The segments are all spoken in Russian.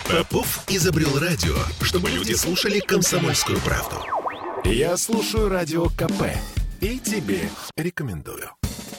Попов изобрел радио, чтобы люди слушали «Комсомольскую правду». Я слушаю Радио КП и тебе рекомендую.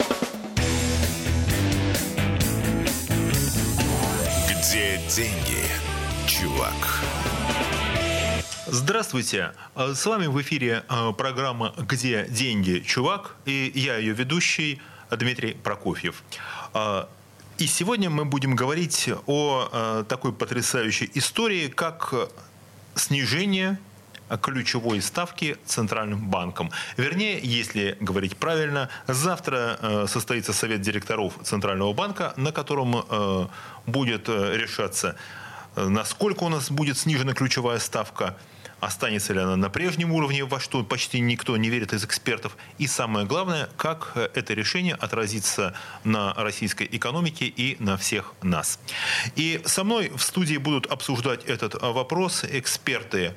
Где деньги, чувак? Здравствуйте! С вами в эфире программа «Где деньги, чувак?» и я ее ведущий Дмитрий Прокофьев. И сегодня мы будем говорить о такой потрясающей истории, как снижение ключевой ставки Центральным банком. Вернее, если говорить правильно, завтра состоится совет директоров Центрального банка, на котором будет решаться, насколько у нас будет снижена ключевая ставка, останется ли она на прежнем уровне, во что почти никто не верит из экспертов. И самое главное, как это решение отразится на российской экономике и на всех нас. И со мной в студии будут обсуждать этот вопрос эксперты: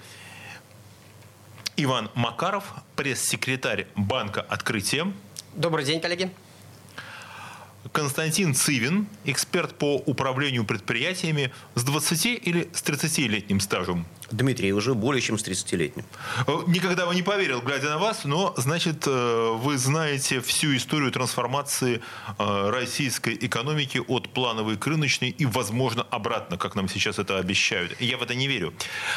Иван Макаров, пресс-секретарь Банка «Открытие». Добрый день, коллеги. Константин Цивин, эксперт по управлению предприятиями с 20 или с 30-летним стажем. Дмитрий, уже более чем с 30-летним. Никогда бы не поверил, глядя на вас, но, значит, вы знаете всю историю трансформации российской экономики от плановой к рыночной и, возможно, обратно, как нам сейчас это обещают. Я в это не верю.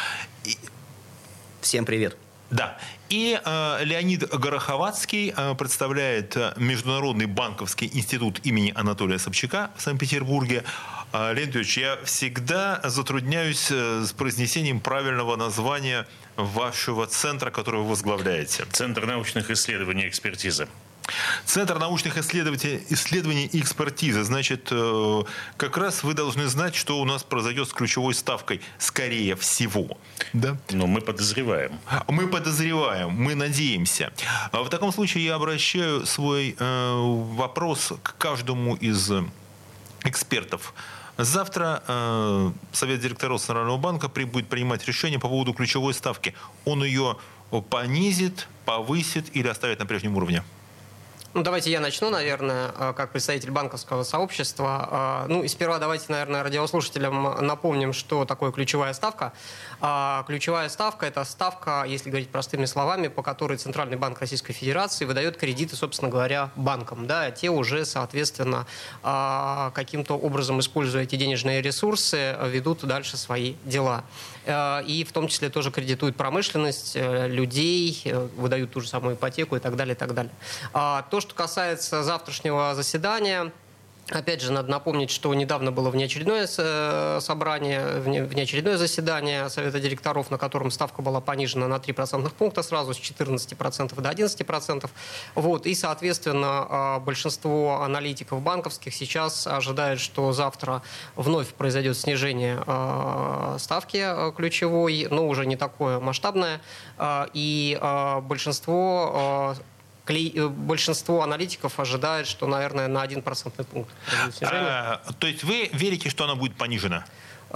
Всем привет. Да. И Леонид Гороховацкий представляет Международный банковский институт имени Анатолия Собчака в Санкт-Петербурге. Леонид Ильич, я всегда затрудняюсь с произнесением правильного названия вашего центра, который вы возглавляете. Центр научных исследований и экспертизы. Центр научных исследований и экспертизы. Значит, как раз вы должны знать, что у нас произойдет с ключевой ставкой, скорее всего. Да? Но мы подозреваем. Мы подозреваем, мы надеемся. В таком случае я обращаю свой вопрос к каждому из экспертов. Завтра Совет директоров Центрального банка будет принимать решение по поводу ключевой ставки. Он ее понизит, повысит или оставит на прежнем уровне? Ну, давайте я начну, наверное, как представитель банковского сообщества. И сперва давайте, наверное, радиослушателям напомним, что такое ключевая ставка. Ключевая ставка – это ставка, если говорить простыми словами, по которой Центральный банк Российской Федерации выдает кредиты, собственно говоря, банкам. Да, те уже, соответственно, каким-то образом, используя эти денежные ресурсы, ведут дальше свои дела. И в том числе тоже кредитуют промышленность, людей, выдают ту же самую ипотеку и так далее, и так далее. То, что касается завтрашнего заседания, опять же, надо напомнить, что недавно было внеочередное собрание, внеочередное заседание Совета директоров, на котором ставка была понижена на 3 процентных пункта сразу с 14% до 11%. Вот. И, соответственно, большинство аналитиков банковских сейчас ожидает, что завтра вновь произойдет снижение ставки ключевой, но уже не такое масштабное. И большинство аналитиков ожидает, что, наверное, на 1 процентный пункт. То есть вы верите, что она будет понижена?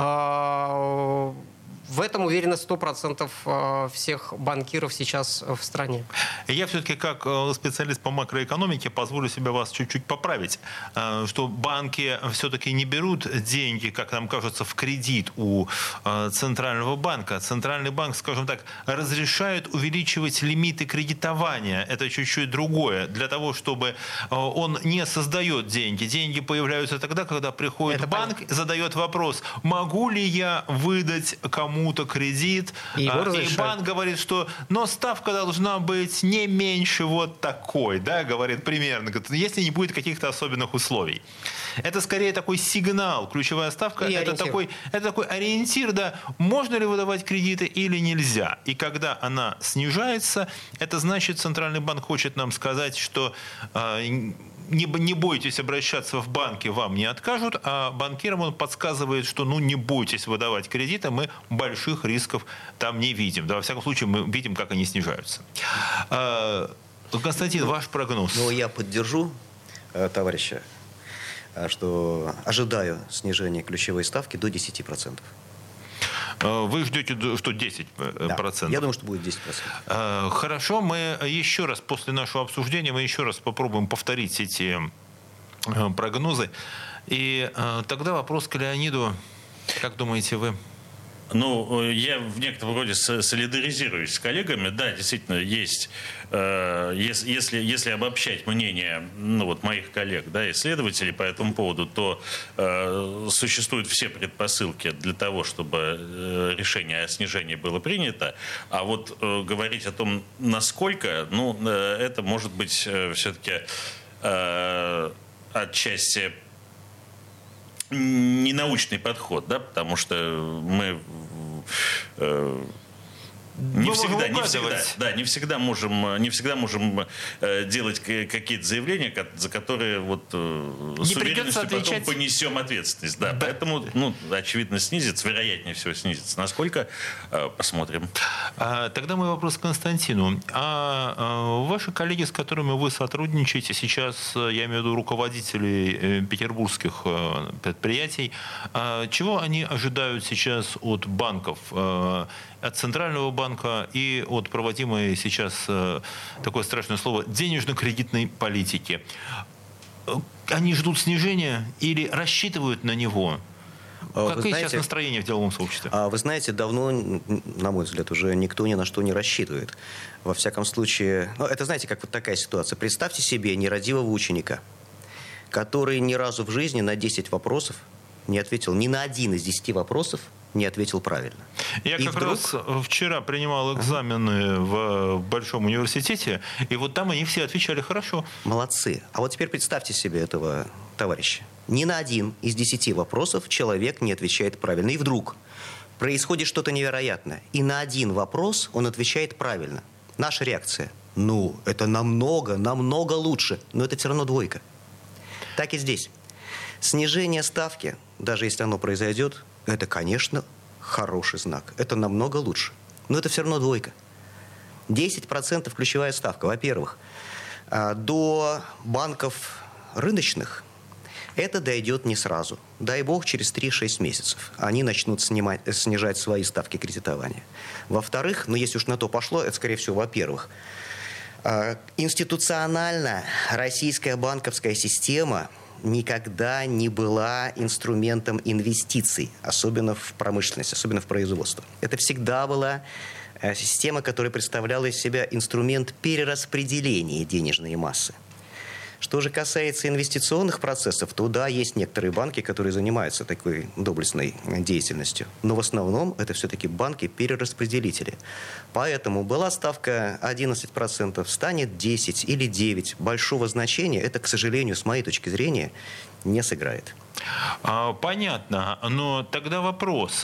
В этом уверены 100% всех банкиров сейчас в стране. Я все-таки, как специалист по макроэкономике, позволю себе вас чуть-чуть поправить, что банки все-таки не берут деньги, как нам кажется, в кредит у Центрального банка. Центральный банк, скажем так, разрешает увеличивать лимиты кредитования. Это чуть-чуть другое. Для того, чтобы он не создает деньги. Деньги появляются тогда, когда приходит банк, задает вопрос: могу ли я выдать кому-то кредит, и банк говорит, что но ставка должна быть не меньше вот такой, да, говорит примерно, если не будет каких-то особенных условий. Это скорее такой сигнал. Ключевая ставка – это такой ориентир, да, можно ли выдавать кредиты или нельзя. И когда она снижается, это значит, Центральный банк хочет нам сказать, что не бойтесь обращаться в банки, вам не откажут, а банкирам он подсказывает, что не бойтесь выдавать кредиты, мы больших рисков там не видим. Да, во всяком случае, мы видим, как они снижаются. Константин, ваш прогноз? Я поддержу товарища, что ожидаю снижения ключевой ставки до 10%. Вы ждете, что 10%? Да, я думаю, что будет 10%. Хорошо, мы еще раз, после нашего обсуждения, мы еще раз попробуем повторить эти прогнозы. И тогда вопрос к Леониду. Как думаете вы? Ну, я в некотором роде солидаризируюсь с коллегами. Да, действительно, есть, если обобщать мнение моих коллег, да, исследователей по этому поводу, то существуют все предпосылки для того, чтобы решение о снижении было принято. А вот говорить о том, насколько, это может быть все-таки отчасти ненаучный подход, да, потому что мы не всегда можем делать какие-то заявления, за которые с уверенностью потом понесем ответственность. Да. Поэтому, очевидно, снизится, вероятнее всего снизится. Насколько? Посмотрим. Тогда мой вопрос к Константину. Ваши коллеги, с которыми вы сотрудничаете сейчас, я имею в виду руководителей петербургских предприятий, чего они ожидают сейчас от банков? От Центрального банка и от проводимой сейчас, такое страшное слово, денежно-кредитной политики. Они ждут снижения или рассчитывают на него? Какое сейчас настроение в деловом сообществе? Вы знаете, давно, на мой взгляд, уже никто ни на что не рассчитывает. Во всяком случае, это, знаете, как вот такая ситуация. Представьте себе нерадивого ученика, который ни разу в жизни на 10 вопросов не ответил, ни на один из 10 вопросов не ответил правильно. Я как раз вчера принимал экзамены в Большом университете, и вот там они все отвечали хорошо. Молодцы. А вот теперь представьте себе этого товарища. Ни на один из 10 вопросов человек не отвечает правильно. И вдруг происходит что-то невероятное. И на один вопрос он отвечает правильно. Наша реакция. Это намного лучше. Но это все равно двойка. Так и здесь. Снижение ставки, даже если оно произойдет, это, конечно, хороший знак. Это намного лучше. Но это все равно двойка. 10% ключевая ставка. Во-первых, до банков рыночных это дойдет не сразу. Дай бог, через 3-6 месяцев они начнут снижать свои ставки кредитования. Во-вторых, если уж на то пошло, это, скорее всего, во-первых, институционально российская банковская система никогда не была инструментом инвестиций, особенно в промышленность, особенно в производство. Это всегда была система, которая представляла из себя инструмент перераспределения денежной массы. Что же касается инвестиционных процессов, то да, есть некоторые банки, которые занимаются такой доблестной деятельностью. Но в основном это все-таки банки-перераспределители. Поэтому была ставка 11%, станет 10 или 9. Большого значения это, к сожалению, с моей точки зрения, не сыграет. Понятно. Но тогда вопрос.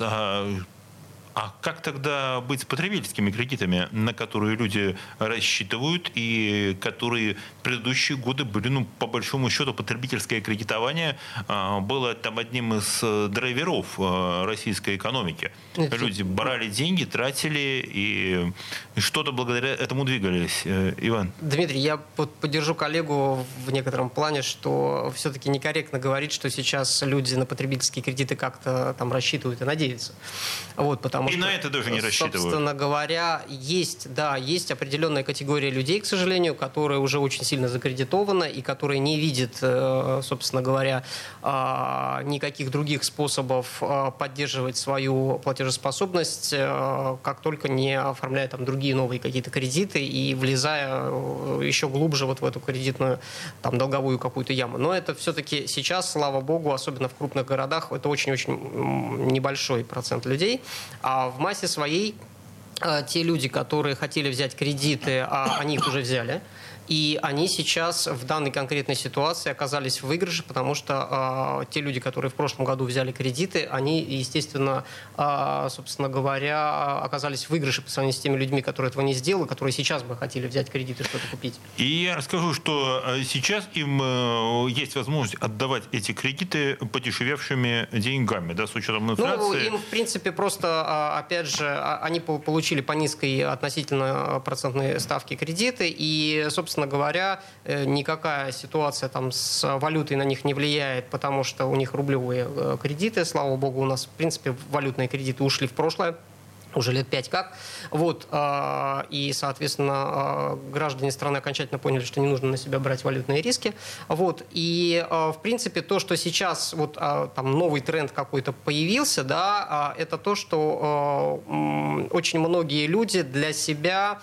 А как тогда быть с потребительскими кредитами, на которые люди рассчитывают и которые предыдущие годы были, по большому счету, потребительское кредитование было там одним из драйверов российской экономики. Люди брали деньги, тратили и что-то благодаря этому двигались. Иван? Дмитрий, я поддержу коллегу в некотором плане, что все-таки некорректно говорить, что сейчас люди на потребительские кредиты как-то там рассчитывают и надеются. Потому что, на это даже не рассчитывают. Собственно говоря, есть определенная категория людей, к сожалению, которые уже очень сильно закредитованы и которые не видят, собственно говоря, никаких других способов поддерживать свою платежеспособность, как только не оформляя там другие новые какие-то кредиты и влезая еще глубже вот в эту кредитную там долговую какую-то яму. Но это все-таки сейчас, слава богу, особенно в крупных городах, это очень-очень небольшой процент людей. А в массе своей те люди, которые хотели взять кредиты, они их уже взяли. И они сейчас в данной конкретной ситуации оказались в выигрыше, потому что те люди, которые в прошлом году взяли кредиты, они, естественно, собственно говоря, оказались в выигрыше по сравнению с теми людьми, которые этого не сделали, которые сейчас бы хотели взять кредиты и что-то купить. И я расскажу, что сейчас им есть возможность отдавать эти кредиты подешевевшими деньгами, да, с учетом инфляции. Им, в принципе, просто, опять же, они получили по низкой относительно процентной ставке кредиты, и, собственно говоря, никакая ситуация там с валютой на них не влияет, потому что у них рублевые кредиты. Слава богу, у нас, в принципе, валютные кредиты ушли в прошлое. уже лет 5 как. Вот. И, соответственно, граждане страны окончательно поняли, что не нужно на себя брать валютные риски. Вот. И, в принципе, то, что сейчас вот, там, новый тренд какой-то появился, да, это то, что очень многие люди для себя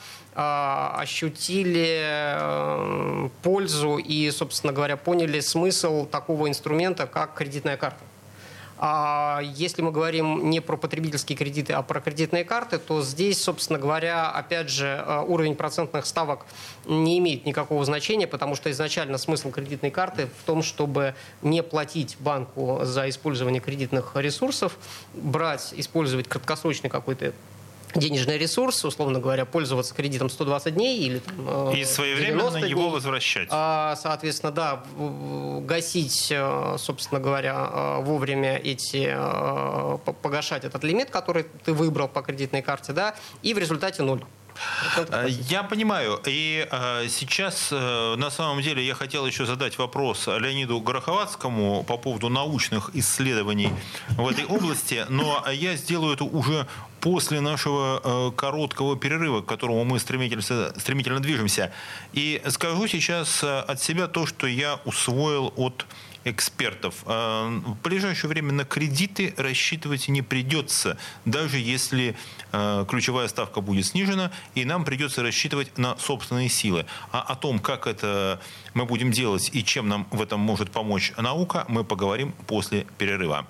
ощутили пользу и, собственно говоря, поняли смысл такого инструмента, как кредитная карта. Если мы говорим не про потребительские кредиты, а про кредитные карты, то здесь, собственно говоря, опять же, уровень процентных ставок не имеет никакого значения, потому что изначально смысл кредитной карты в том, чтобы не платить банку за использование кредитных ресурсов, использовать краткосрочный какой-то денежный ресурс, условно говоря, пользоваться кредитом 120 дней или там, и своевременно его возвращать. Соответственно, да, гасить, собственно говоря, вовремя погашать этот лимит, который ты выбрал по кредитной карте, да, и в результате 0. Я понимаю. И сейчас, на самом деле, я хотел еще задать вопрос Леониду Гороховацкому по поводу научных исследований в этой области, но я сделаю это уже после нашего короткого перерыва, к которому мы стремительно движемся. И скажу сейчас от себя то, что я усвоил от экспертов. В ближайшее время на кредиты рассчитывать не придется, даже если ключевая ставка будет снижена, и нам придется рассчитывать на собственные силы. А о том, как это мы будем делать и чем нам в этом может помочь наука, мы поговорим после перерыва.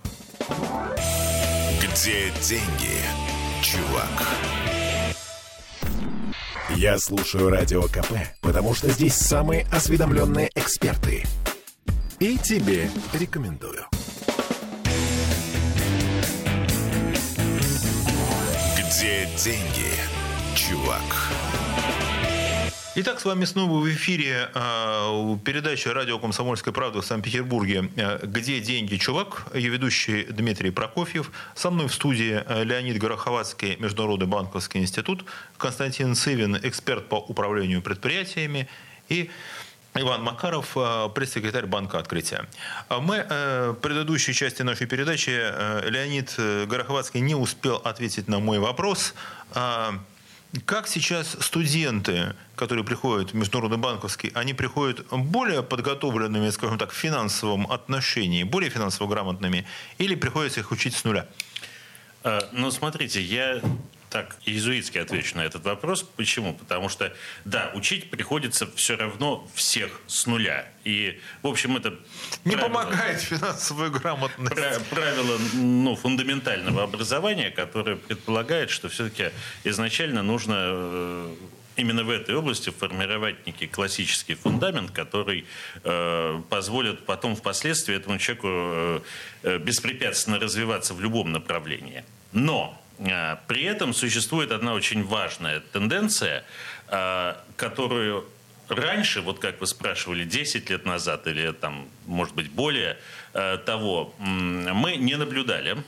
Где деньги, чувак? Я слушаю Радио КП, потому что здесь самые осведомленные эксперты. И тебе рекомендую. Где деньги, чувак? Итак, с вами снова в эфире передача «Радио Комсомольская правда» в Санкт-Петербурге «Где деньги, чувак?». Ее ведущий Дмитрий Прокофьев. Со мной в студии Леонид Гороховацкий, Международный банковский институт, Константин Цывин, эксперт по управлению предприятиями, и Иван Макаров, пресс-секретарь Банка Открытия. Мы в предыдущей части нашей передачи Леонид Гороховацкий не успел ответить на мой вопрос. Как сейчас студенты, которые приходят в Международный банковский, они приходят более подготовленными, скажем так, в финансовом отношении, более финансово грамотными, или приходится их учить с нуля? Ну, смотрите, я так иезуитски отвечу на этот вопрос. Почему? Потому что, да, учить приходится все равно всех с нуля. И, в общем, это не помогает финансовая грамотность. Правило фундаментального образования, которое предполагает, что все-таки изначально нужно именно в этой области формировать некий классический фундамент, который позволит потом впоследствии этому человеку беспрепятственно развиваться в любом направлении. Но при этом существует одна очень важная тенденция, которую раньше, вот как вы спрашивали, 10 лет назад или, там, может быть, более того, мы не наблюдали.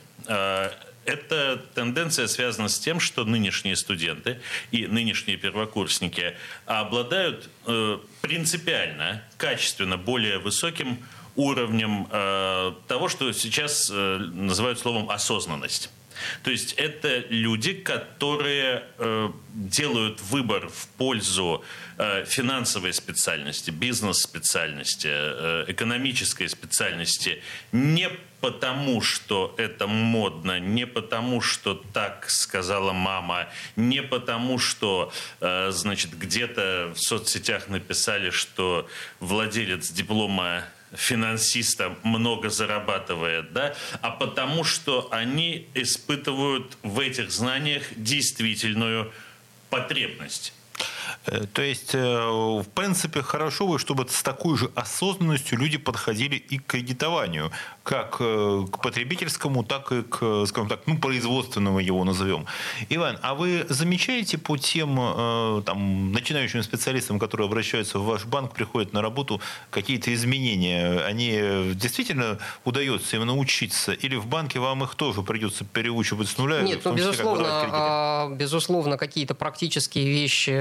Эта тенденция связана с тем, что нынешние студенты и нынешние первокурсники обладают принципиально, качественно более высоким уровнем того, что сейчас называют словом «осознанность». То есть это люди, которые делают выбор в пользу финансовой специальности, бизнес-специальности, экономической специальности не потому, что это модно, не потому, что так сказала мама, не потому, что, значит, где-то в соцсетях написали, что владелец диплома финансиста много зарабатывает, да, а потому что они испытывают в этих знаниях действительную потребность. То есть, в принципе, хорошо бы, чтобы с такой же осознанностью люди подходили и к кредитованию, как к потребительскому, так и к, скажем так, производственному его назовем. Иван, а вы замечаете по тем начинающим специалистам, которые обращаются в ваш банк, приходят на работу, какие-то изменения? Они действительно удается им научиться? Или в банке вам их тоже придется переучивать с нуля? Нет, безусловно, какие-то практические вещи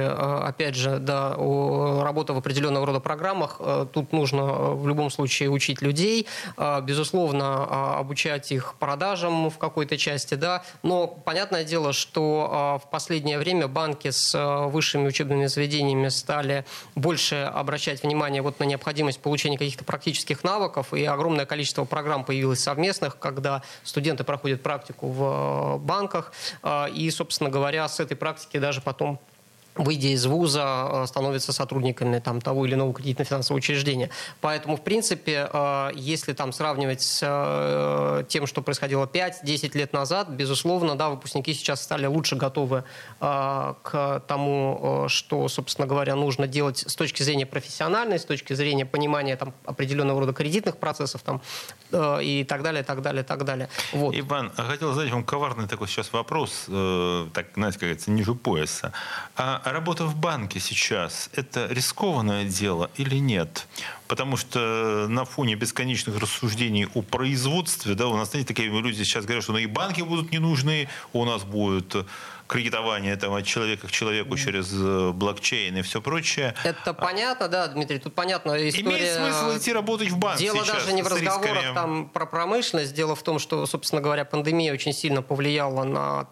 опять же, да, работа в определенного рода программах. Тут нужно в любом случае учить людей, безусловно, обучать их продажам в какой-то части, да. Но понятное дело, что в последнее время банки с высшими учебными заведениями стали больше обращать внимание вот на необходимость получения каких-то практических навыков, и огромное количество программ появилось совместных, когда студенты проходят практику в банках, и, собственно говоря, с этой практики даже потом, выйдя из вуза, становятся сотрудниками там, того или иного кредитно-финансового учреждения. Поэтому, в принципе, если там сравнивать с тем, что происходило 5-10 лет назад, безусловно, да, выпускники сейчас стали лучше готовы к тому, что, собственно говоря, нужно делать с точки зрения профессиональной, с точки зрения понимания там, определенного рода кредитных процессов там, и так далее, так далее, так далее. Вот. Иван, хотел задать вам коварный такой сейчас вопрос, так, знаете, как говорится, ниже пояса. А работа в банке сейчас – это рискованное дело или нет? Потому что на фоне бесконечных рассуждений о производстве, да, у нас, знаете, такие люди сейчас говорят, что и банки будут не нужны, у нас будет кредитование там, от человека к человеку через блокчейн и все прочее. Это понятно, да, Дмитрий, тут понятно. История... Имеет смысл идти работать в банк Дело сейчас даже не в разговорах рисками... там, про промышленность. Дело в том, что, собственно говоря, пандемия очень сильно повлияла на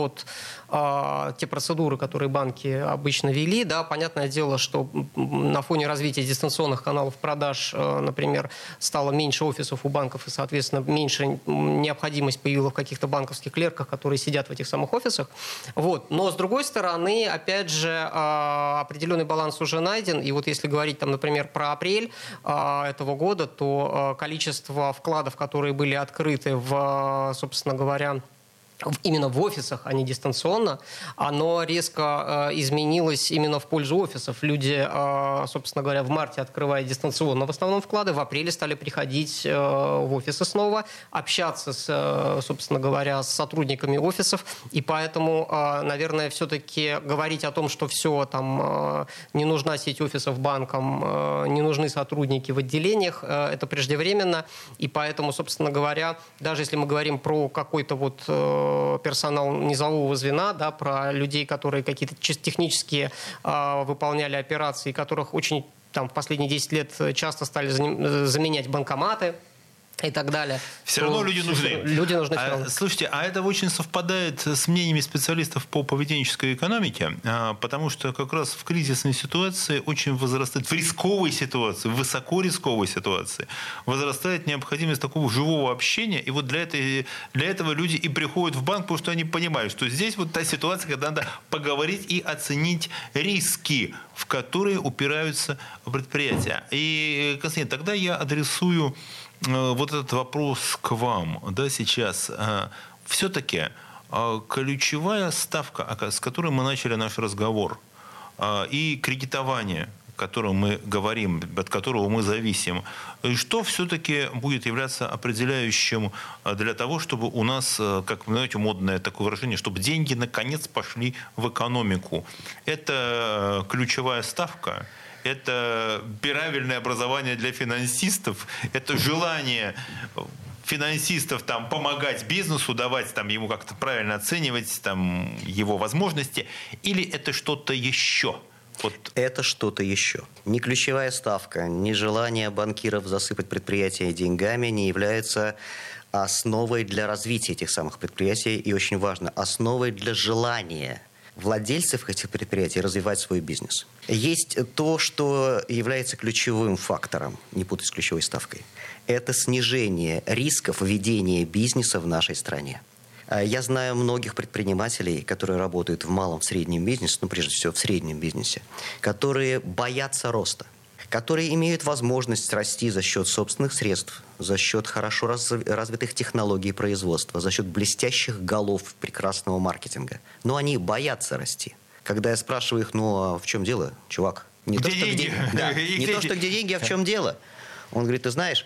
те процедуры, которые банки обычно вели. Да, понятное дело, что на фоне развития дистанционных каналов продаж, например, стало меньше офисов у банков, и, соответственно, меньше необходимость появилась в каких-то банковских клерках, которые сидят в этих самых офисах. Вот. Но, с другой стороны, опять же, определенный баланс уже найден. И вот если говорить, там, например, про апрель этого года, то количество вкладов, которые были открыты в, собственно говоря, именно в офисах, а не дистанционно, оно резко изменилось именно в пользу офисов. Люди, собственно говоря, в марте, открывая дистанционно в основном вклады, в апреле стали приходить в офисы снова, общаться, собственно говоря, с сотрудниками офисов. И поэтому, наверное, все-таки говорить о том, что все, там, не нужна сеть офисов банкам, не нужны сотрудники в отделениях, это преждевременно. И поэтому, собственно говоря, даже если мы говорим про какой-то вот персонал низового звена, да, про людей, которые какие-то технические выполняли операции, которых очень там, в последние 10 лет часто стали заменять банкоматы и так далее. Все равно люди нужны. Люди нужны все равно. Слушайте, а это очень совпадает с мнениями специалистов по поведенческой экономике, потому что как раз в кризисной ситуации очень возрастает, в рисковой ситуации, в высокорисковой ситуации, возрастает необходимость такого живого общения. И вот для этого люди и приходят в банк, потому что они понимают, что здесь вот та ситуация, когда надо поговорить и оценить риски, в которые упираются предприятия. И, Константин, тогда я адресую вот этот вопрос к вам, да, сейчас. Все-таки ключевая ставка, с которой мы начали наш разговор, и кредитование, о котором мы говорим, от которого мы зависим, что все-таки будет являться определяющим для того, чтобы у нас, как вы знаете, модное такое выражение, чтобы деньги наконец пошли в экономику? Это ключевая ставка? Это правильное образование для финансистов, это желание финансистов там, помогать бизнесу, давать там, ему как-то правильно оценивать там, его возможности, или это что-то еще? Вот. Это что-то еще. Ни ключевая ставка, ни желание банкиров засыпать предприятия деньгами не является основой для развития этих самых предприятий, и очень важно, основой для желания владельцев этих предприятий развивать свой бизнес. Есть то, что является ключевым фактором, не путать с ключевой ставкой. Это снижение рисков ведения бизнеса в нашей стране. Я знаю многих предпринимателей, которые работают в малом, в среднем бизнесе, ну, прежде всего, в среднем бизнесе, которые боятся роста, которые имеют возможность расти за счет собственных средств, за счет хорошо развитых технологий производства, за счет блестящих голов прекрасного маркетинга. Но они боятся расти. Когда я спрашиваю их, ну а в чем дело, чувак? Не то, что где деньги, а в чем дело? Он говорит, ты знаешь,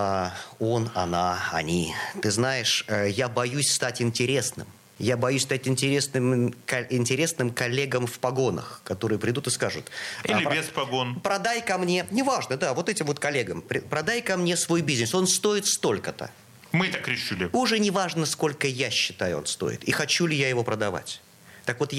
он, она, они. Ты знаешь, я боюсь стать интересным. Я боюсь стать интересным коллегам в погонах, которые придут и скажут... Или без погон. Продай ко мне... Неважно, да, вот этим вот коллегам. Продай ко мне свой бизнес, он стоит столько-то. Мы так решили. Уже не важно, сколько я считаю он стоит. И хочу ли я его продавать. Так вот, я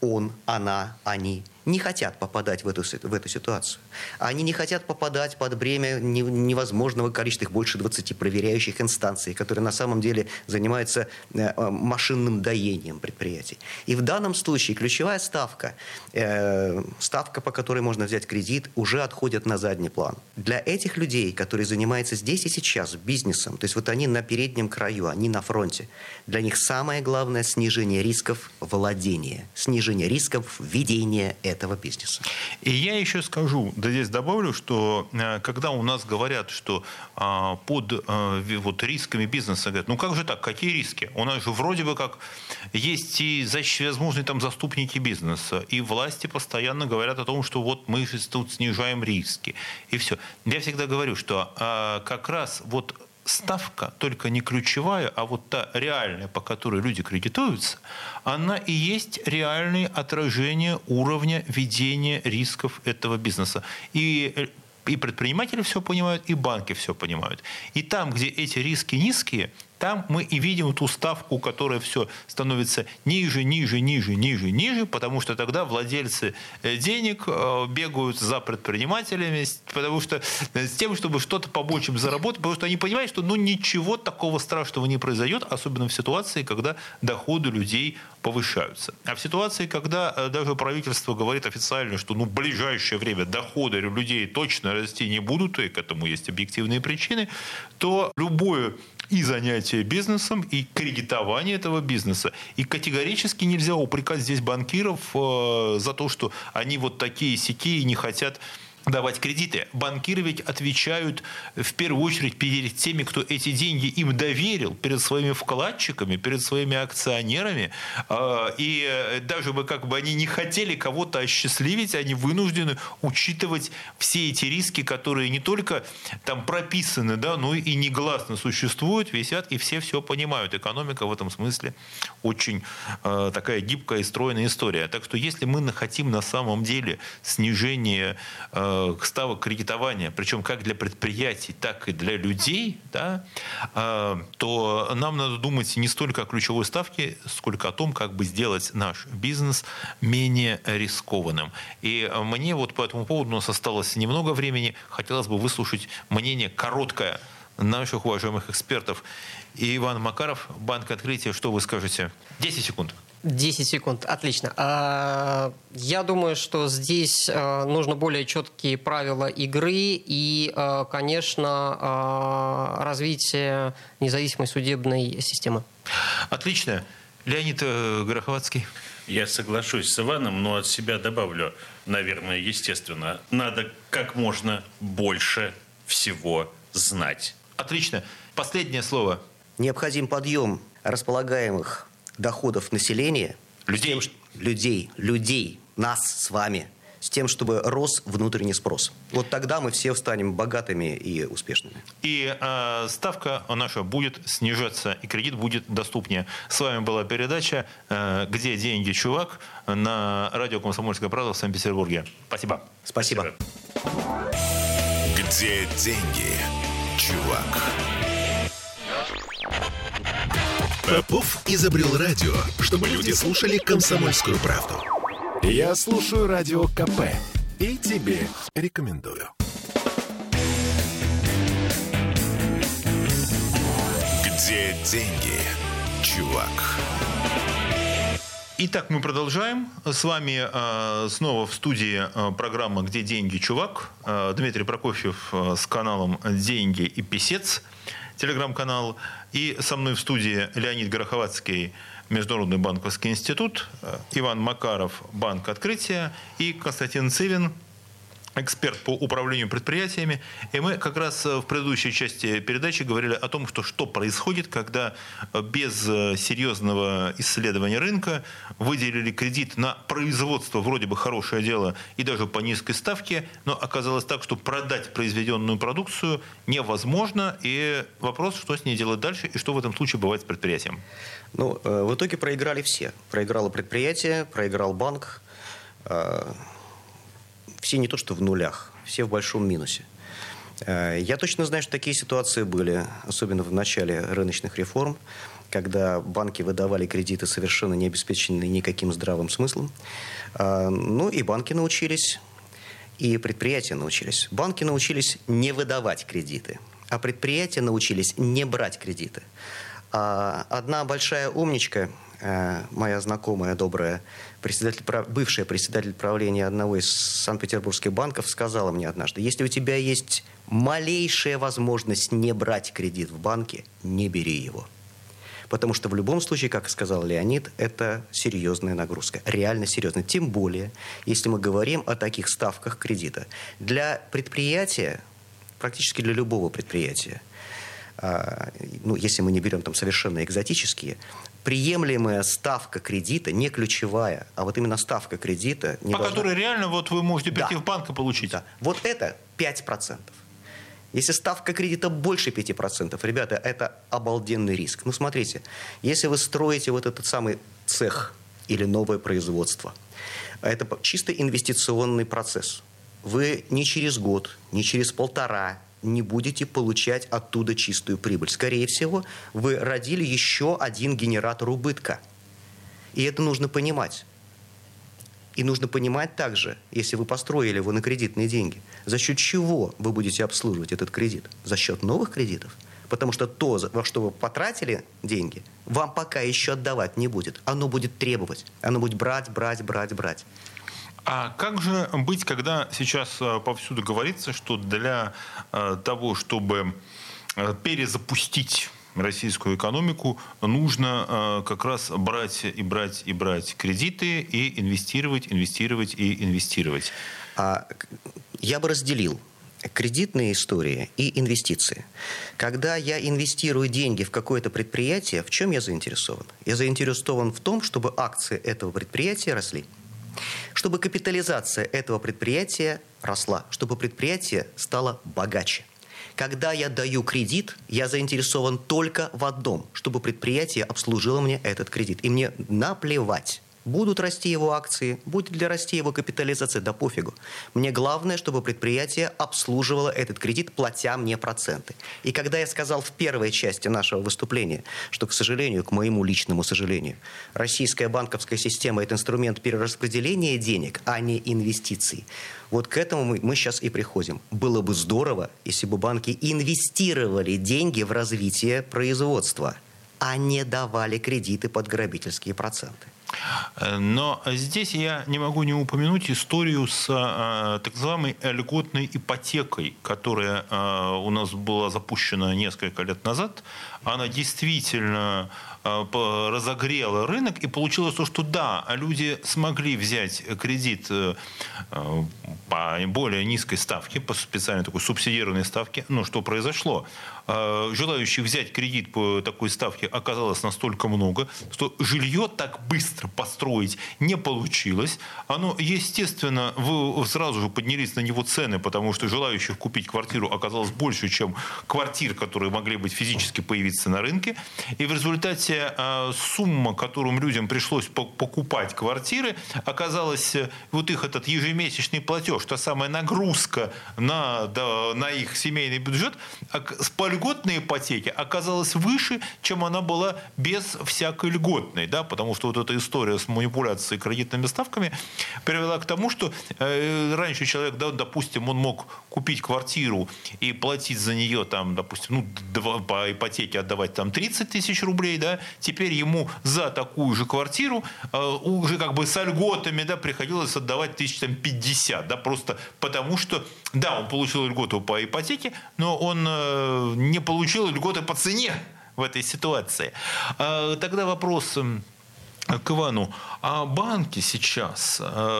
он, она, они не хотят попадать в эту ситуацию. Они не хотят попадать под бремя невозможного количества, их больше 20 проверяющих инстанций, которые на самом деле занимаются машинным доением предприятий. И в данном случае ключевая ставка, ставка, по которой можно взять кредит, уже отходит на задний план. Для этих людей, которые занимаются здесь и сейчас бизнесом, то есть вот они на переднем краю, они на фронте, для них самое главное — снижение рисков владения, снижение рисков ведения этого бизнеса. И я еще скажу, да здесь добавлю, что когда у нас говорят, что под вот рисками бизнеса, говорят, ну как же так, какие риски? У нас же вроде бы как есть и всевозможные там заступники бизнеса, и власти постоянно говорят о том, что вот мы тут снижаем риски, и все. Я всегда говорю, что как раз вот ставка, только не ключевая, а вот та реальная, по которой люди кредитуются, она и есть реальное отражение уровня ведения рисков этого бизнеса. И предприниматели все понимают, и банки все понимают. И там, где эти риски низкие, там мы и видим ту ставку, которая все становится ниже, ниже, ниже, ниже, ниже, потому что тогда владельцы денег бегают за предпринимателями, потому что с тем, чтобы что-то помочь им заработать, потому что они понимают, что ничего такого страшного не произойдет, особенно в ситуации, когда доходы людей повышаются. А в ситуации, когда даже правительство говорит официально, что в ближайшее время доходы людей точно расти не будут, и к этому есть объективные причины, то любое и занятие бизнесом, и кредитование этого бизнеса. И категорически нельзя упрекать здесь банкиров за то, что они вот такие-сякие не хотят давать кредиты. Банкиры ведь отвечают в первую очередь перед теми, кто эти деньги им доверил, перед своими вкладчиками, перед своими акционерами. И даже бы как бы они не хотели кого-то осчастливить, они вынуждены учитывать все эти риски, которые не только там прописаны, да, но и негласно существуют, висят, и все понимают. Экономика в этом смысле очень такая гибкая и стройная история. Так что если мы хотим на самом деле снижения ставок кредитования, причем как для предприятий, так и для людей, да, то нам надо думать не столько о ключевой ставке, сколько о том, как бы сделать наш бизнес менее рискованным. И мне вот по этому поводу, у нас осталось немного времени, хотелось бы выслушать мнение короткое наших уважаемых экспертов. И Иван Макаров, Банк Открытие, что вы скажете? 10 секунд. 10 секунд, отлично. Я думаю, что здесь нужно более четкие правила игры и, конечно, развитие независимой судебной системы. Отлично. Леонид Гороховацкий. Я соглашусь с Иваном, но от себя добавлю, наверное, естественно, надо как можно больше всего знать. Отлично. Последнее слово. Необходим подъем располагаемых доходов населения, людей, нас с вами, с тем, чтобы рос внутренний спрос. Вот тогда мы все станем богатыми и успешными. И ставка наша будет снижаться, и кредит будет доступнее. С вами была передача «Где деньги, чувак?» на радио «Комсомольская правда» в Санкт-Петербурге. Спасибо. Спасибо. Где деньги, чувак? Попов изобрел радио, чтобы люди слушали «Комсомольскую правду». Я слушаю радио КП и тебе рекомендую. Где деньги, чувак? Итак, мы продолжаем. С вами снова в студии программа «Где деньги, чувак?» Дмитрий Прокофьев с каналом «Деньги и писец», телеграм-канал. И со мной в студии Леонид Гороховацкий, Международный банковский институт, Иван Макаров, Банк Открытие, и Константин Цивин, эксперт по управлению предприятиями. И мы как раз в предыдущей части передачи говорили о том, что происходит, когда без серьезного исследования рынка выделили кредит на производство, вроде бы хорошее дело, и даже по низкой ставке, но оказалось так, что продать произведенную продукцию невозможно. И вопрос, что с ней делать дальше, и что в этом случае бывает с предприятием. Ну, в итоге проиграли все. Проиграло предприятие, проиграл банк. Все не то что в нулях, все в большом минусе. Я точно знаю, что такие ситуации были, особенно в начале рыночных реформ, когда банки выдавали кредиты, совершенно не обеспеченные никаким здравым смыслом. Ну и банки научились, и предприятия научились. Банки научились не выдавать кредиты, а предприятия научились не брать кредиты. Одна большая умничка, моя знакомая, добрая, бывшая председатель правления одного из санкт-петербургских банков, сказала мне однажды: если у тебя есть малейшая возможность не брать кредит в банке, не бери его. Потому что в любом случае, как сказал Леонид, это серьезная нагрузка, реально серьезная. Тем более, если мы говорим о таких ставках кредита. Для предприятия, практически для любого предприятия, ну, если мы не берем там совершенно экзотические, приемлемая ставка кредита, не ключевая, а вот именно ставка кредита... По которой реально вот вы можете прийти в банк и получить. Да. Вот это 5%. Если ставка кредита больше 5%, ребята, это обалденный риск. Ну, смотрите, если вы строите вот этот самый цех или новое производство, это чисто инвестиционный процесс. Вы ни через год, ни через полтора не будете получать оттуда чистую прибыль. Скорее всего, вы родили еще один генератор убытка. И это нужно понимать. И нужно понимать также, если вы построили его на кредитные деньги, за счет чего вы будете обслуживать этот кредит? За счет новых кредитов? Потому что то, во что вы потратили деньги, вам пока еще отдавать не будет. Оно будет требовать. Оно будет брать. А как же быть, когда сейчас повсюду говорится, что для того, чтобы перезапустить российскую экономику, нужно как раз брать кредиты и инвестировать. Я бы разделил кредитные истории и инвестиции. Когда я инвестирую деньги в какое-то предприятие, в чем я заинтересован? Я заинтересован в том, чтобы акции этого предприятия росли. Чтобы капитализация этого предприятия росла, чтобы предприятие стало богаче. Когда я даю кредит, я заинтересован только в одном, чтобы предприятие обслужило мне этот кредит. И мне наплевать, будут расти его акции, будет ли расти его капитализация, да пофигу. Мне главное, чтобы предприятие обслуживало этот кредит, платя мне проценты. И когда я сказал в первой части нашего выступления, что, к сожалению, к моему личному сожалению, российская банковская система – это инструмент перераспределения денег, а не инвестиций. Вот к этому мы сейчас и приходим. Было бы здорово, если бы банки инвестировали деньги в развитие производства, а не давали кредиты под грабительские проценты. Но здесь я не могу не упомянуть историю с так называемой льготной ипотекой, которая у нас была запущена несколько лет назад. Она действительно разогрела рынок, и получилось то, что да, люди смогли взять кредит по более низкой ставке, по специальной такой субсидированной ставке. Но что произошло? Желающих взять кредит по такой ставке оказалось настолько много, что жилье так быстро построить не получилось. Оно, естественно, сразу же поднялись на него цены, потому что желающих купить квартиру оказалось больше, чем квартир, которые могли быть физически появиться на рынке. И в результате сумма, которым людям пришлось покупать квартиры, оказалась вот их этот ежемесячный платеж, та самая нагрузка на их семейный бюджет по льготной ипотеке оказалась выше, чем она была без всякой льготной. Да? Потому что вот эта история с манипуляцией кредитными ставками привела к тому, что раньше человек, да, допустим, он мог купить квартиру и платить за нее, там, допустим, по ипотеке отдавать там 30 тысяч рублей, да, теперь ему за такую же квартиру уже как бы с льготами, да, приходилось отдавать 1050, да, просто потому что, да, он получил льготу по ипотеке, но он не получил льготы по цене в этой ситуации. Тогда вопрос к Ивану. А банки сейчас,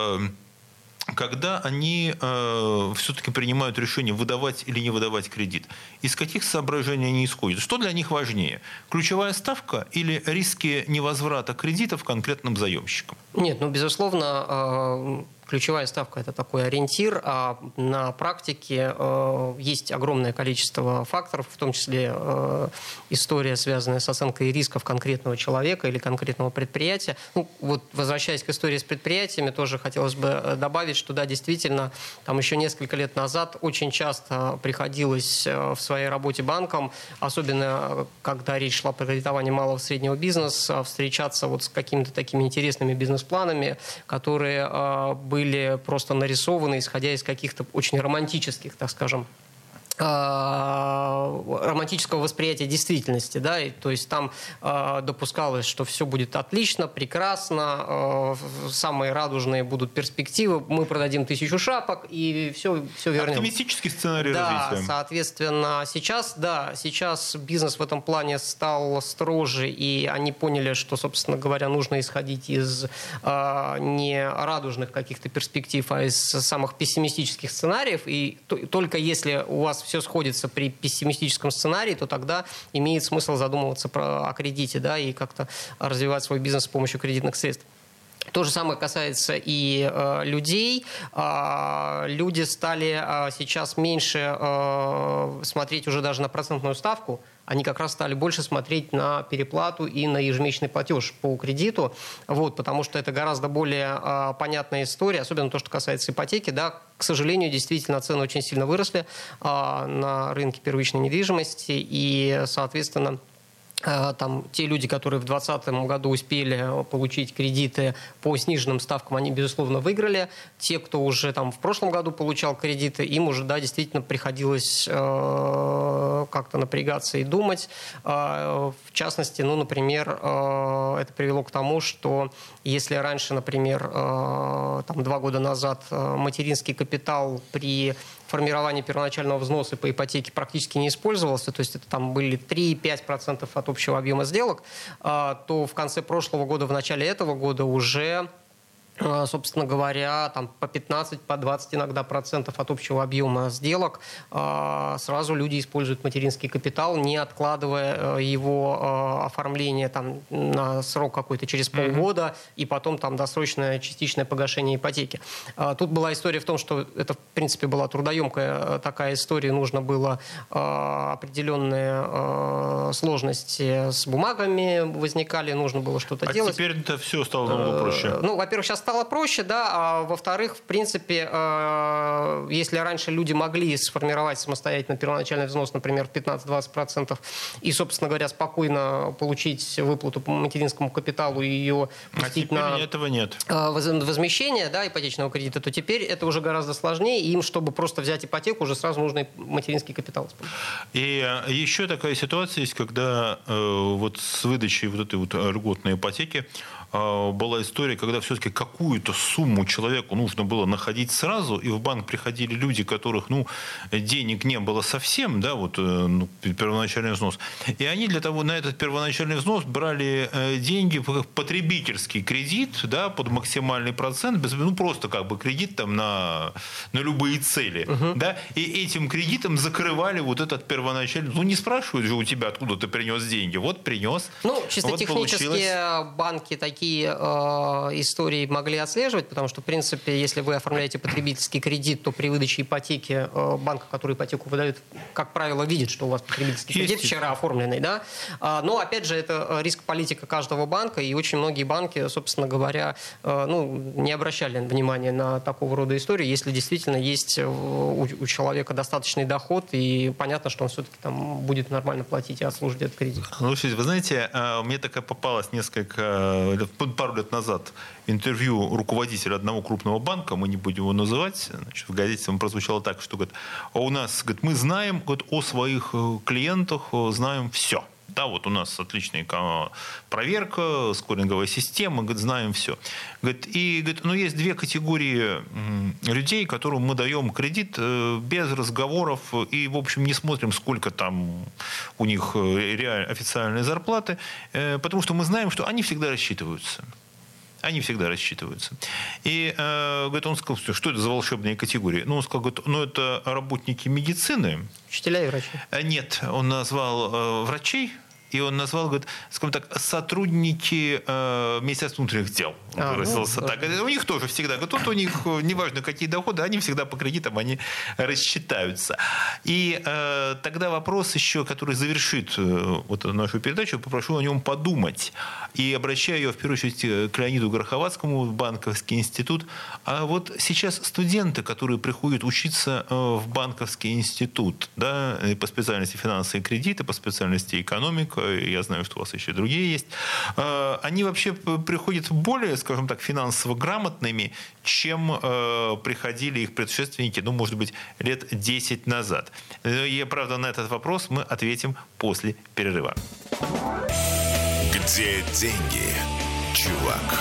когда они все-таки принимают решение, выдавать или не выдавать кредит, из каких соображений они исходят? Что для них важнее? Ключевая ставка или риски невозврата кредитов конкретным заемщикам? Нет, безусловно, ключевая ставка – это такой ориентир, а на практике есть огромное количество факторов, в том числе история, связанная с оценкой рисков конкретного человека или конкретного предприятия. Ну, вот, возвращаясь к истории с предприятиями, тоже хотелось бы добавить, что да, действительно, там еще несколько лет назад очень часто приходилось в своей работе банкам, особенно когда речь шла про кредитование малого и среднего бизнеса, встречаться вот с какими-то такими интересными бизнес-планами, которые были просто нарисованы, исходя из каких-то очень романтических, так скажем, романтического восприятия действительности, да, и, то есть там допускалось, что все будет отлично, прекрасно, самые радужные будут перспективы, мы продадим 1000 шапок и все вернем. Оптимистический сценарий Да, развития. соответственно, сейчас бизнес в этом плане стал строже, и они поняли, что, собственно говоря, нужно исходить из не радужных каких-то перспектив, а из самых пессимистических сценариев, и только если у вас все сходится при пессимистическом сценарии, то тогда имеет смысл задумываться о кредите, да, и как-то развивать свой бизнес с помощью кредитных средств. То же самое касается и людей. Люди стали сейчас меньше смотреть уже даже на процентную ставку. Они как раз стали больше смотреть на переплату и на ежемесячный платеж по кредиту, вот, потому что это гораздо более понятная история, особенно то, что касается ипотеки. Да, к сожалению, действительно, цены очень сильно выросли на рынке первичной недвижимости, и, соответственно, там те люди, которые в 2020 году успели получить кредиты по сниженным ставкам, они, безусловно, выиграли. Те, кто уже там в прошлом году получал кредиты, им уже, да, действительно приходилось как-то напрягаться и думать. В частности, ну, например, это привело к тому, что если раньше, например, там 2 года назад материнский капитал при формирование первоначального взноса по ипотеке практически не использовался, то есть это там были 3-5% от общего объема сделок, то в конце прошлого года, в начале этого года уже, собственно говоря, там по 15, по 20 иногда процентов от общего объема сделок сразу люди используют материнский капитал, не откладывая его оформление там на срок какой-то через полгода и потом там досрочное частичное погашение ипотеки. Тут была история в том, что это в принципе была трудоемкая такая история, нужно было определенные сложности с бумагами возникали, нужно было что-то делать. А теперь это все стало намного проще. Ну, во-первых, сейчас стало проще, да, а во-вторых, в принципе, если раньше люди могли сформировать самостоятельно первоначальный взнос, например, в 15-20%, и, собственно говоря, спокойно получить выплату по материнскому капиталу и ее пустить на этого нет. Возмещение, да, ипотечного кредита, то теперь это уже гораздо сложнее, и им, чтобы просто взять ипотеку, уже сразу нужно материнский капитал использовать. И еще такая ситуация есть, когда вот с выдачей вот этой вот льготной ипотеки была история, когда все-таки какую-то сумму человеку нужно было находить сразу, и в банк приходили люди, которых, ну, денег не было совсем, да, вот первоначальный взнос, и они для того, на этот первоначальный взнос брали деньги в потребительский кредит, да, под максимальный процент, ну, просто как бы кредит там на любые цели, да, и этим кредитом закрывали вот этот первоначальный, ну, не спрашивают же у тебя, откуда ты принес деньги, вот принес. Ну, чисто вот технически получилось. банки такие истории могли отслеживать, потому что, в принципе, если вы оформляете потребительский кредит, то при выдаче ипотеки банк, который ипотеку выдает, как правило, видит, что у вас потребительский кредит вчера оформленный, да. Но, опять же, это риск политика каждого банка, и очень многие банки, собственно говоря, ну, не обращали внимания на такого рода истории, если действительно есть у человека достаточный доход, и понятно, что он все-таки там будет нормально платить и отслужить этот кредит. Ну, вы знаете, мне такая попалась пару лет назад интервью руководителя одного крупного банка, мы не будем его называть, значит, в газете он прозвучало так, что говорит, у нас, говорит, мы знаем, говорит, о своих клиентах, знаем все. Да, вот у нас отличная проверка, скоринговая система, говорит, знаем все. Говорит, и говорит, ну, есть 2 категории людей, которым мы даем кредит без разговоров и, в общем, не смотрим, сколько там у них реально официальные зарплаты, потому что мы знаем, что они всегда рассчитываются. Они всегда рассчитываются. И говорит, он сказал, что это за волшебные категории? Ну, он сказал, говорит, ну, это работники медицины. Учителя и врачи. Нет, он назвал врачей, И он назвал, говорит, скажем так, сотрудники Министерства внутренних дел. Он выразился так. У них тоже всегда, говорит, вот у них, неважно какие доходы, они всегда по кредитам, они рассчитаются. И тогда вопрос еще, который завершит вот нашу передачу, попрошу о нем подумать. И обращаю ее, в первую очередь, к Леониду Гороховацкому в Банковский институт. А вот сейчас студенты, которые приходят учиться в Банковский институт, да, по специальности финансы и кредиты, по специальности экономика, я знаю, что у вас еще другие есть, они вообще приходят более, скажем так, финансово грамотными, чем приходили их предшественники, ну, может быть, лет 10 назад. И, правда, на этот вопрос мы ответим после перерыва. Где деньги, чувак?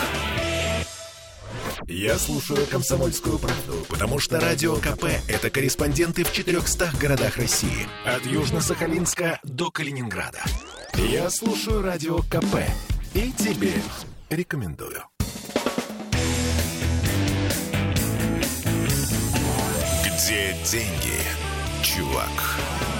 Я слушаю «Комсомольскую правду», потому что Радио КП – это корреспонденты в 400 городах России. От Южно-Сахалинска до Калининграда. Я слушаю Радио КП и тебе рекомендую. Где деньги, чувак?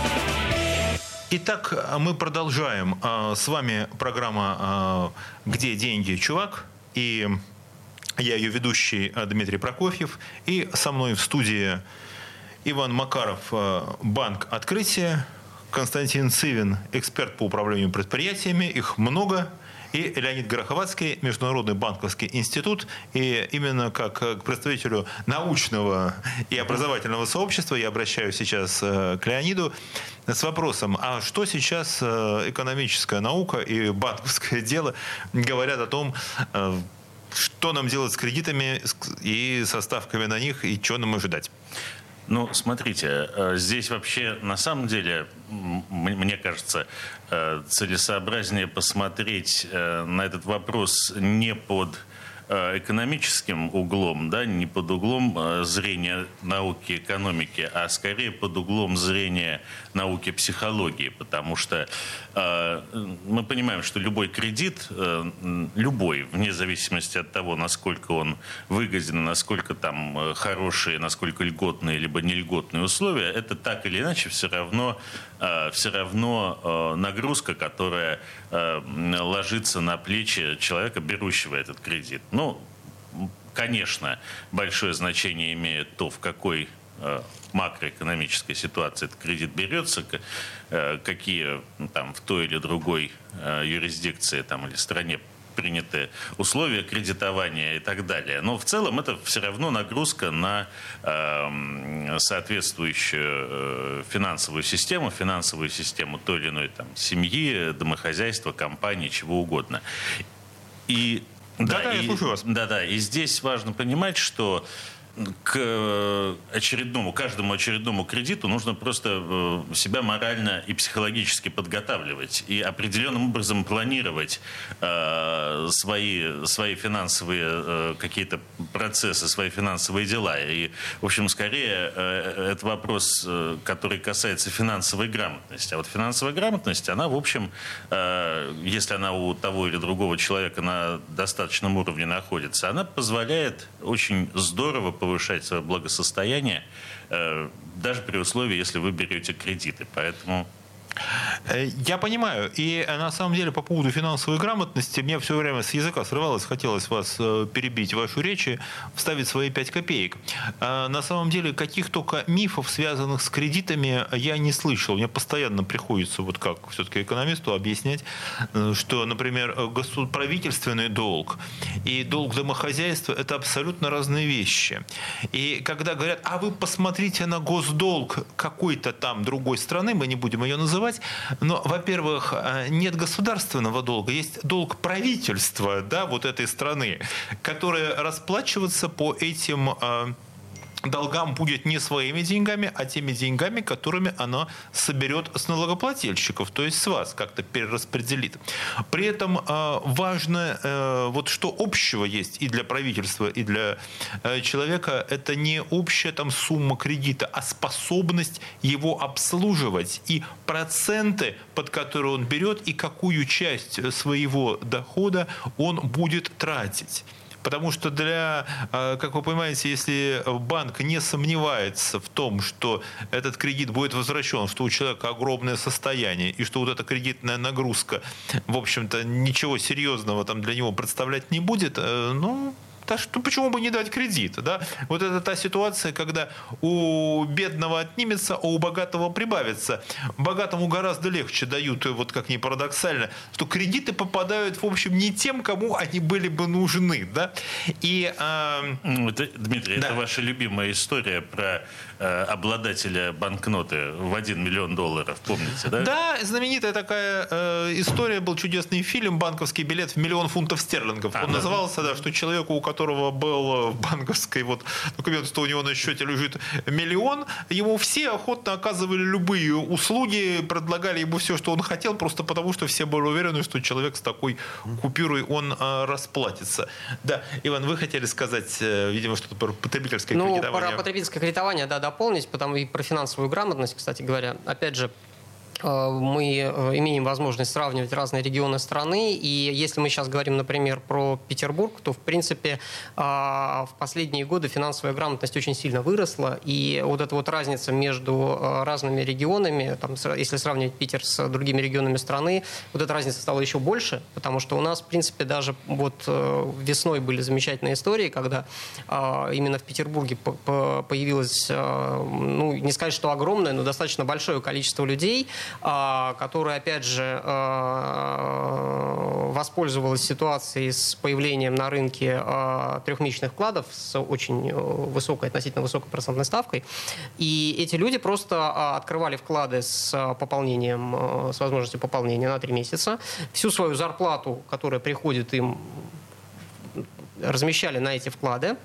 Итак, мы продолжаем. С вами программа «Где деньги, чувак?» И я ее ведущий Дмитрий Прокофьев. И со мной в студии Иван Макаров, Банк «Открытие», Константин Цивин, эксперт по управлению предприятиями, их много, и Леонид Гороховацкий, Международный банковский институт. И именно как к представителю научного и образовательного сообщества я обращаюсь сейчас к Леониду с вопросом, а что сейчас экономическая наука и банковское дело говорят о том, что нам делать с кредитами и со ставками на них, и чего нам ожидать? Ну, смотрите, здесь вообще на самом деле, мне кажется, целесообразнее посмотреть на этот вопрос не под экономическим углом, да, не под углом зрения науки экономики, а скорее под углом зрения науки психологии, потому что мы понимаем, что любой кредит, любой, вне зависимости от того, насколько он выгоден, насколько там хорошие, насколько льготные либо нельготные условия, это так или иначе все равно нагрузка, которая ложится на плечи человека, берущего этот кредит. Ну, конечно, большое значение имеет то, в какой макроэкономической ситуации этот кредит берется, какие там в той или другой юрисдикции там, или стране приняты условия кредитования и так далее. Но в целом это все равно нагрузка на соответствующую финансовую систему той или иной там, семьи, домохозяйства, компании, чего угодно. И я слушаю вас. И здесь важно понимать, что к каждому очередному кредиту нужно просто себя морально и психологически подготавливать и определенным образом планировать свои финансовые какие-то процессы, свои финансовые дела. И, в общем, скорее это вопрос, который касается финансовой грамотности. А вот финансовая грамотность, она, в общем, если она у того или другого человека на достаточном уровне находится, она позволяет очень здорово повышать свое благосостояние, даже при условии, если вы берете кредиты. Поэтому... Я понимаю. И на самом деле по поводу финансовой грамотности мне все время с языка срывалось, хотелось вас перебить, вашу речь, и вставить свои 5 копеек. На самом деле каких только мифов, связанных с кредитами, я не слышал. Мне постоянно приходится, вот как все-таки экономисту, объяснять, что, например, правительственный долг и долг домохозяйства – это абсолютно разные вещи. И когда говорят, а вы посмотрите на госдолг какой-то там другой страны, мы не будем ее называть, но, во-первых, нет государственного долга, есть долг правительства, да, вот этой страны, которое расплачиваться по этим долгам будет не своими деньгами, а теми деньгами, которыми она соберет с налогоплательщиков, то есть с вас, как-то перераспределит. При этом важно, вот что общего есть и для правительства, и для человека, это не общая там сумма кредита, а способность его обслуживать и проценты, под которые он берет, и какую часть своего дохода он будет тратить. Потому что как вы понимаете, если банк не сомневается в том, что этот кредит будет возвращен, что у человека огромное состояние, и что вот эта кредитная нагрузка, в общем-то, ничего серьезного там для него представлять не будет, так что почему бы не дать кредит? Да? Вот это та ситуация, когда у бедного отнимется, а у богатого прибавится. Богатому гораздо легче дают, вот как ни парадоксально, что кредиты попадают, в общем, не тем, кому они были бы нужны. Да? Дмитрий, да. Это ваша любимая история про обладателя банкноты в $1 миллион, помните, да? Да, знаменитая такая история, был чудесный фильм «Банковский билет в $1 миллион стерлингов». Он назывался, да, что человеку, у которого был банковский документ, что у него на счете лежит $1 миллион, ему все охотно оказывали любые услуги, предлагали ему все, что он хотел, просто потому, что все были уверены, что человек с такой купюрой, он расплатится. Да, Иван, вы хотели сказать, видимо, что-то про потребительское кредитование? Про потребительское кредитование, да, дополнить, потому и про финансовую грамотность, кстати говоря. Опять же, мы имеем возможность сравнивать разные регионы страны, и если мы сейчас говорим, например, про Петербург, то, в принципе, в последние годы финансовая грамотность очень сильно выросла, и вот эта вот разница между разными регионами, там, если сравнивать Питер с другими регионами страны, вот эта разница стала еще больше, потому что у нас, в принципе, даже вот весной были замечательные истории, когда именно в Петербурге появилось, не сказать, что огромное, но достаточно большое количество людей, которая, опять же, воспользовалась ситуацией с появлением на рынке трехмесячных вкладов с очень высокой, относительно высокой процентной ставкой. И эти люди просто открывали вклады с пополнением, с возможностью пополнения на 3 месяца. Всю свою зарплату, которая приходит им, размещали на эти вклады.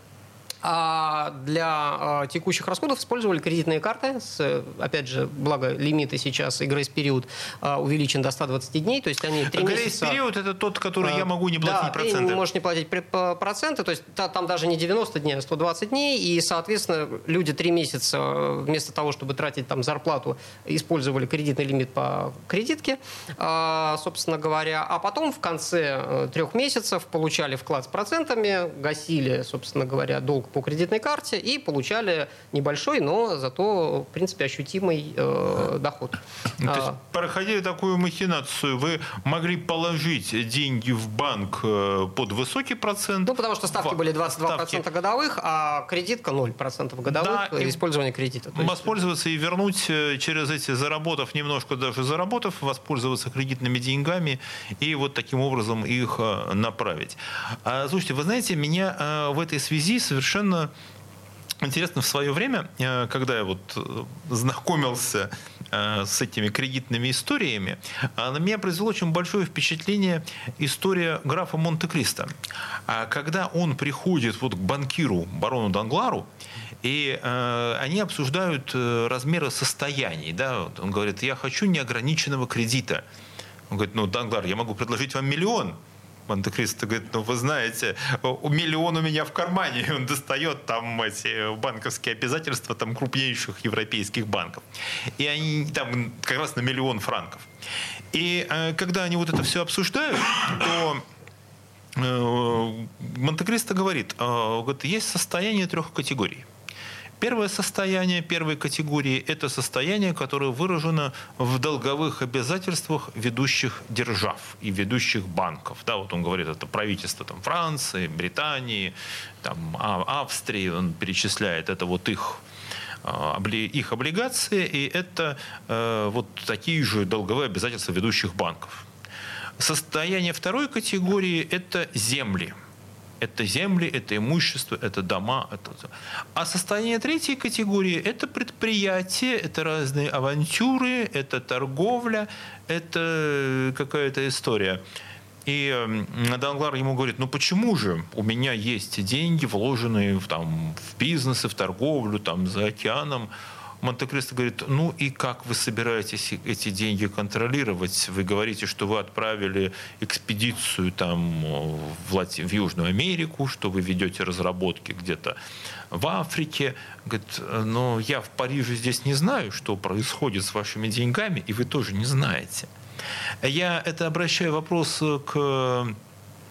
А для текущих расходов использовали кредитные карты. Опять же, благо лимиты сейчас и грейс-период увеличен до 120 дней. То есть они 3 месяца... Грейс-период — это тот, который я могу не платить проценты. Да, можешь не платить проценты. То есть там даже не 90 дней, а 120 дней. И, соответственно, люди 3 месяца вместо того, чтобы тратить там зарплату, использовали кредитный лимит по кредитке, собственно говоря. А потом в конце 3 месяцев получали вклад с процентами, гасили, собственно говоря, долг по кредитной карте и получали небольшой, но зато, в принципе, ощутимый доход. То есть, проходили такую махинацию, вы могли положить деньги в банк под высокий процент. Потому что ставки были 22% годовых, а кредитка 0% годовых, да, использование кредита. Воспользоваться и вернуть через эти заработав, немножко даже заработав, воспользоваться кредитными деньгами и вот таким образом их направить. Слушайте, вы знаете, меня в этой связи совершенно интересно, в свое время, когда я знакомился с этими кредитными историями, на меня произвело очень большое впечатление история графа Монте-Кристо. Когда он приходит к банкиру, барону Данглару, и они обсуждают размеры состояний. Да? Он говорит: я хочу неограниченного кредита. Он говорит: Данглар, я могу предложить вам $1 миллион. Монте-Кристо говорит: вы знаете, $1 миллион у меня в кармане. И он достает там эти банковские обязательства крупнейших европейских банков. И они там как раз на $1 миллион франков. И когда они это все обсуждают, то Монте-Кристо говорит: есть состояние 3 категорий. Первое состояние первой категории – это состояние, которое выражено в долговых обязательствах ведущих держав и ведущих банков. Да, он говорит, это правительство Франции, Британии, Австрии, он перечисляет, это их облигации, и это такие же долговые обязательства ведущих банков. Состояние второй категории – это земли. Это земли, это имущество, это дома. А состояние третьей категории – это предприятия, это разные авантюры, это торговля, это какая-то история. И Данглар ему говорит: почему же у меня есть деньги, вложенные в бизнесы, в торговлю, за океаном? Монте-Кристо говорит: и как вы собираетесь эти деньги контролировать? Вы говорите, что вы отправили экспедицию в Южную Америку, что вы ведете разработки где-то в Африке. Говорит: я в Париже здесь не знаю, что происходит с вашими деньгами, и вы тоже не знаете. Я обращаю вопрос к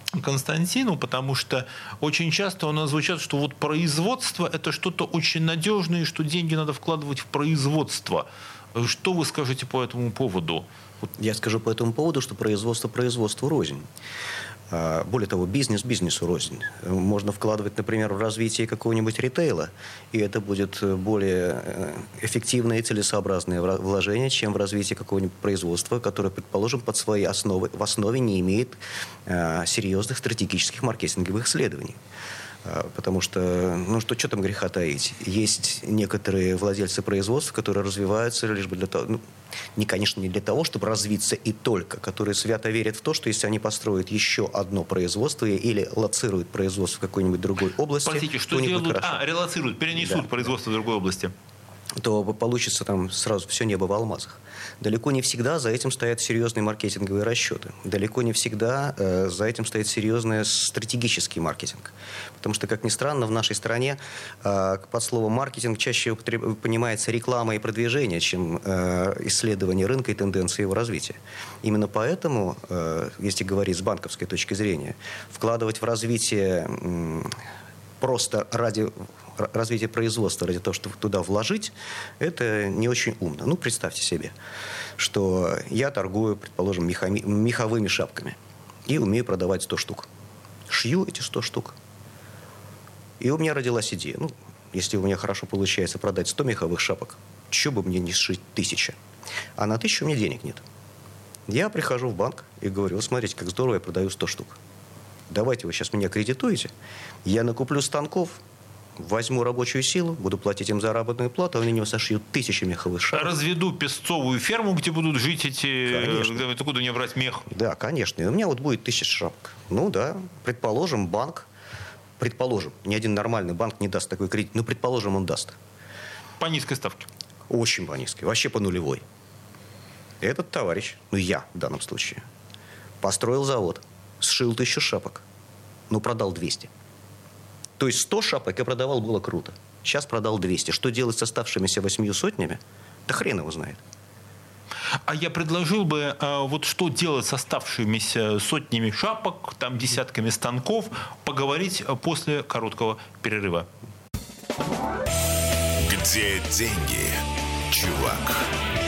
Константину, потому что очень часто у нас звучит, что вот производство – это что-то очень надежное, и что деньги надо вкладывать в производство. Что вы скажете по этому поводу? Я скажу по этому поводу, что производство производству рознь. Более того, бизнес бизнесу рознь. Можно вкладывать, например, в развитие какого-нибудь ритейла, и это будет более эффективное и целесообразное вложение, чем в развитие какого-нибудь производства, которое, предположим, под своей основой, в основе не имеет серьезных стратегических маркетинговых исследований. Потому что, что там греха таить? Есть некоторые владельцы производств, которые развиваются лишь бы для того, конечно, не для того, чтобы развиться и только, которые свято верят в то, что если они построят еще одно производство или лоцируют производство в какой-нибудь другой области, простите, что делают? Релоцируют, перенесут производство в другой области. То получится там сразу все небо в алмазах. Далеко не всегда за этим стоят серьезные маркетинговые расчеты. Далеко не всегда за этим стоит серьезный стратегический маркетинг. Потому что, как ни странно, в нашей стране под словом маркетинг чаще понимается реклама и продвижение, чем исследование рынка и тенденции его развития. Именно поэтому, если говорить с банковской точки зрения, вкладывать в развитие просто ради развития производства, ради того, чтобы туда вложить, это не очень умно. Представьте себе, что я торгую, предположим, меховыми шапками и умею продавать 100 штук. Шью эти 100 штук. И у меня родилась идея. Если у меня хорошо получается продать 100 меховых шапок, чего бы мне не сшить 1000? А на 1000 у меня денег нет. Я прихожу в банк и говорю: смотрите, как здорово я продаю 100 штук. Давайте вы сейчас меня кредитуете, я накуплю станков, возьму рабочую силу, буду платить им заработную плату, они мне сошьют 1000 меховых шапок. Разведу песцовую ферму, где будут жить эти... Откуда не брать мех? Да, конечно. И у меня будет 1000 шапок. Предположим, банк, ни один нормальный банк не даст такой кредит, предположим, он даст. По низкой ставке? Очень по низкой, вообще по нулевой. Этот товарищ, я в данном случае, построил завод, сшил 1000 шапок, продал 200. То есть 100 шапок я продавал, было круто. Сейчас продал 200. Что делать с оставшимися 800? Да хрен его знает. А я предложил бы, что делать с оставшимися сотнями шапок, десятками станков, поговорить после короткого перерыва. Где деньги, чувак?